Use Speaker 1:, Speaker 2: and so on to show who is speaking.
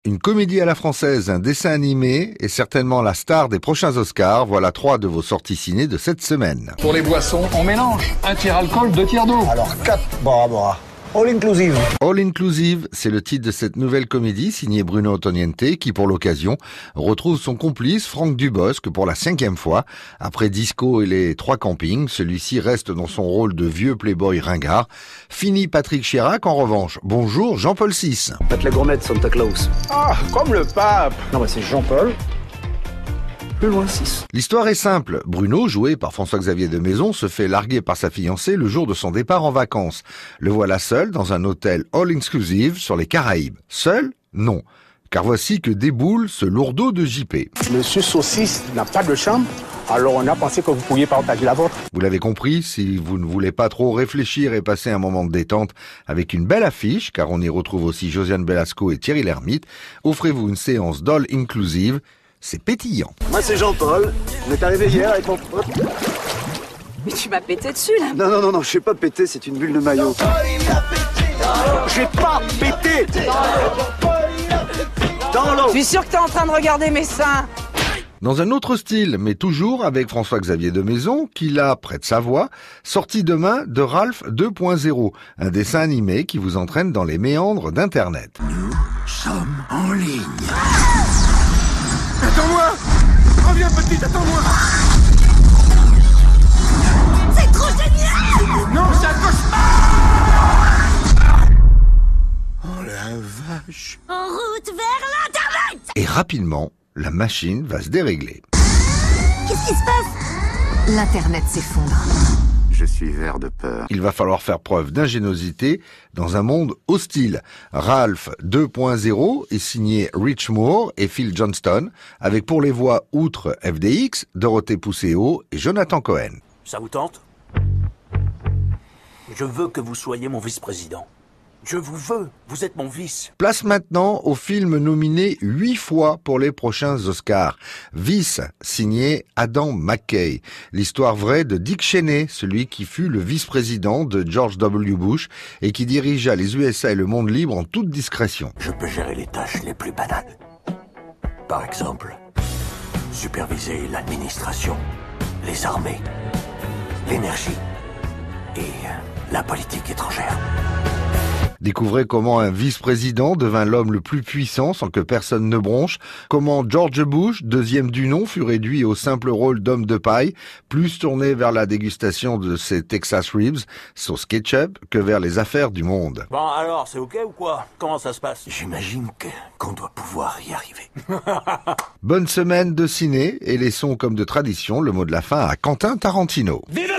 Speaker 1: Une comédie à la française, un dessin animé et certainement la star des prochains Oscars. Voilà 3 de vos sorties ciné de cette semaine.
Speaker 2: Pour les boissons, on mélange. 1 tiers alcool, 2 tiers d'eau.
Speaker 3: Alors 4 Bora Bora. All inclusive.
Speaker 1: All Inclusive, c'est le titre de cette nouvelle comédie signée Bruno Antoniente qui, pour l'occasion, retrouve son complice Franck Dubosc pour la 5e fois. Après Disco et les 3 campings, celui-ci reste dans son rôle de vieux playboy ringard. Fini Patrick Chirac, en revanche. Bonjour Jean-Paul VI.
Speaker 4: Faites la gourmette Santa Claus.
Speaker 3: Ah, comme le pape.
Speaker 4: Non, c'est Jean-Paul. Plus loin 6.
Speaker 1: L'histoire est simple. Bruno, joué par François-Xavier de Maison, se fait larguer par sa fiancée le jour de son départ en vacances. Le voilà seul dans un hôtel all inclusive sur les Caraïbes. Seul? Non. Car voici que déboule ce lourdeau de JP.
Speaker 3: Monsieur Saucisse n'a pas de chambre, alors on a pensé que vous pourriez partager la vôtre.
Speaker 1: Vous l'avez compris, si vous ne voulez pas trop réfléchir et passer un moment de détente avec une belle affiche, car on y retrouve aussi Josiane Belasco et Thierry Lhermitte, offrez-vous une séance d'all inclusive. C'est pétillant.
Speaker 4: Moi, c'est Jean-Paul. On est arrivé hier avec mon pote.
Speaker 5: Mais tu m'as pété dessus, là.
Speaker 4: Non, je sais pas péter, c'est une bulle de maillot.
Speaker 3: J'ai pas pété.
Speaker 4: Dans l'eau.
Speaker 5: Je suis sûr que t'es en train de regarder mes seins.
Speaker 1: Dans un autre style, mais toujours avec François-Xavier de Maison, qui l'a, près de sa voix, sorti demain de Ralph 2.0, un dessin animé qui vous entraîne dans les méandres d'Internet.
Speaker 6: Nous sommes en ligne.
Speaker 3: Attends-moi. Reviens petite, attends-moi.
Speaker 6: C'est trop génial!
Speaker 3: Non, c'est un cauchemar.
Speaker 6: Oh la vache!
Speaker 7: En route vers l'Internet!
Speaker 1: Et rapidement, la machine va se dérégler.
Speaker 7: Qu'est-ce qui se passe?
Speaker 8: L'Internet s'effondre.
Speaker 6: Je suis vert de peur.
Speaker 1: Il va falloir faire preuve d'ingéniosité dans un monde hostile. Ralph 2.0 est signé Rich Moore et Phil Johnston, avec pour les voix outre FDX, Dorothée Pousseau et Jonathan Cohen.
Speaker 9: Ça vous tente? Je veux que vous soyez mon vice-président. Je vous veux, vous êtes mon vice.
Speaker 1: Place maintenant au film nominé 8 fois pour les prochains Oscars. Vice, signé Adam McKay. L'histoire vraie de Dick Cheney, celui qui fut le vice-président de George W. Bush et qui dirigea les USA et le monde libre en toute discrétion.
Speaker 9: Je peux gérer les tâches les plus banales. Par exemple, superviser l'administration, les armées, l'énergie et la politique étrangère.
Speaker 1: Découvrez comment un vice-président devint l'homme le plus puissant sans que personne ne bronche, comment George Bush, deuxième du nom, fut réduit au simple rôle d'homme de paille, plus tourné vers la dégustation de ses Texas Ribs, sauce ketchup, que vers les affaires du monde.
Speaker 9: Bon alors, c'est ok ou quoi? Comment ça se passe? J'imagine qu'on doit pouvoir y arriver.
Speaker 1: Bonne semaine de ciné et laissons comme de tradition le mot de la fin à Quentin Tarantino.
Speaker 2: Vive